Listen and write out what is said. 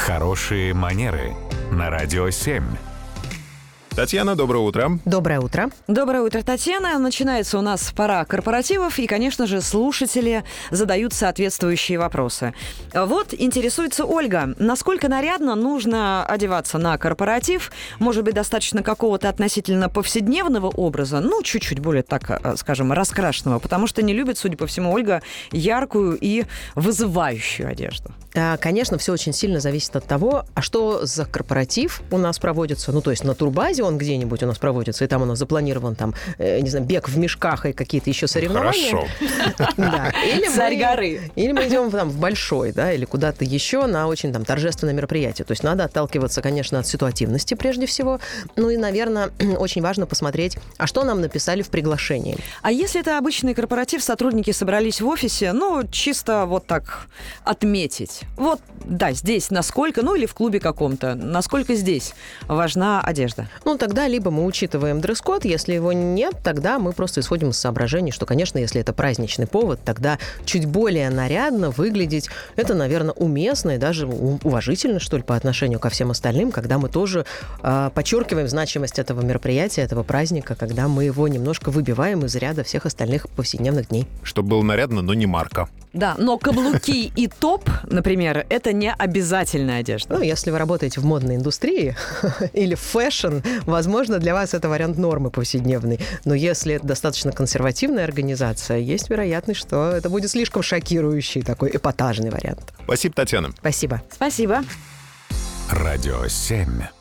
Хорошие манеры на Радио 7. Татьяна, доброе утро. Доброе утро. Доброе утро, Татьяна. Начинается у нас пора корпоративов, и, конечно же, слушатели задают соответствующие вопросы. Вот интересуется Ольга. Насколько нарядно нужно одеваться на корпоратив? Может быть, достаточно какого-то относительно повседневного образа? Ну, чуть-чуть более, так скажем, раскрашенного, потому что не любит, судя по всему, Ольга яркую и вызывающую одежду. Конечно, все очень сильно зависит от того, а что за корпоратив у нас проводится. Ну, то есть на турбазе он где-нибудь у нас проводится, и там у нас запланирован, не знаю, бег в мешках и какие-то еще соревнования. Хорошо. Да. Царь горы. Или мы идем в большой, да, или куда-то еще на очень торжественное мероприятие. То есть надо отталкиваться, конечно, от ситуативности прежде всего. Ну и, наверное, очень важно посмотреть, а что нам написали в приглашении. А если это обычный корпоратив, сотрудники собрались в офисе, чисто вот так отметить. Вот, да, здесь насколько, или в клубе каком-то, насколько здесь важна одежда? Тогда либо мы учитываем дресс-код, если его нет, тогда мы просто исходим из соображений, что, конечно, если это праздничный повод, тогда чуть более нарядно выглядеть, это, наверное, уместно и даже уважительно, что ли, по отношению ко всем остальным, когда мы тоже подчеркиваем значимость этого мероприятия, этого праздника, когда мы его немножко выбиваем из ряда всех остальных повседневных дней. Чтобы было нарядно, но не марка. Да, но каблуки и топ, например, это не обязательная одежда. Если вы работаете в модной индустрии или в фэшн, возможно, для вас это вариант нормы повседневной. Но если это достаточно консервативная организация, есть вероятность, что это будет слишком шокирующий такой эпатажный вариант. Спасибо, Татьяна. Спасибо. Спасибо. Радио 7.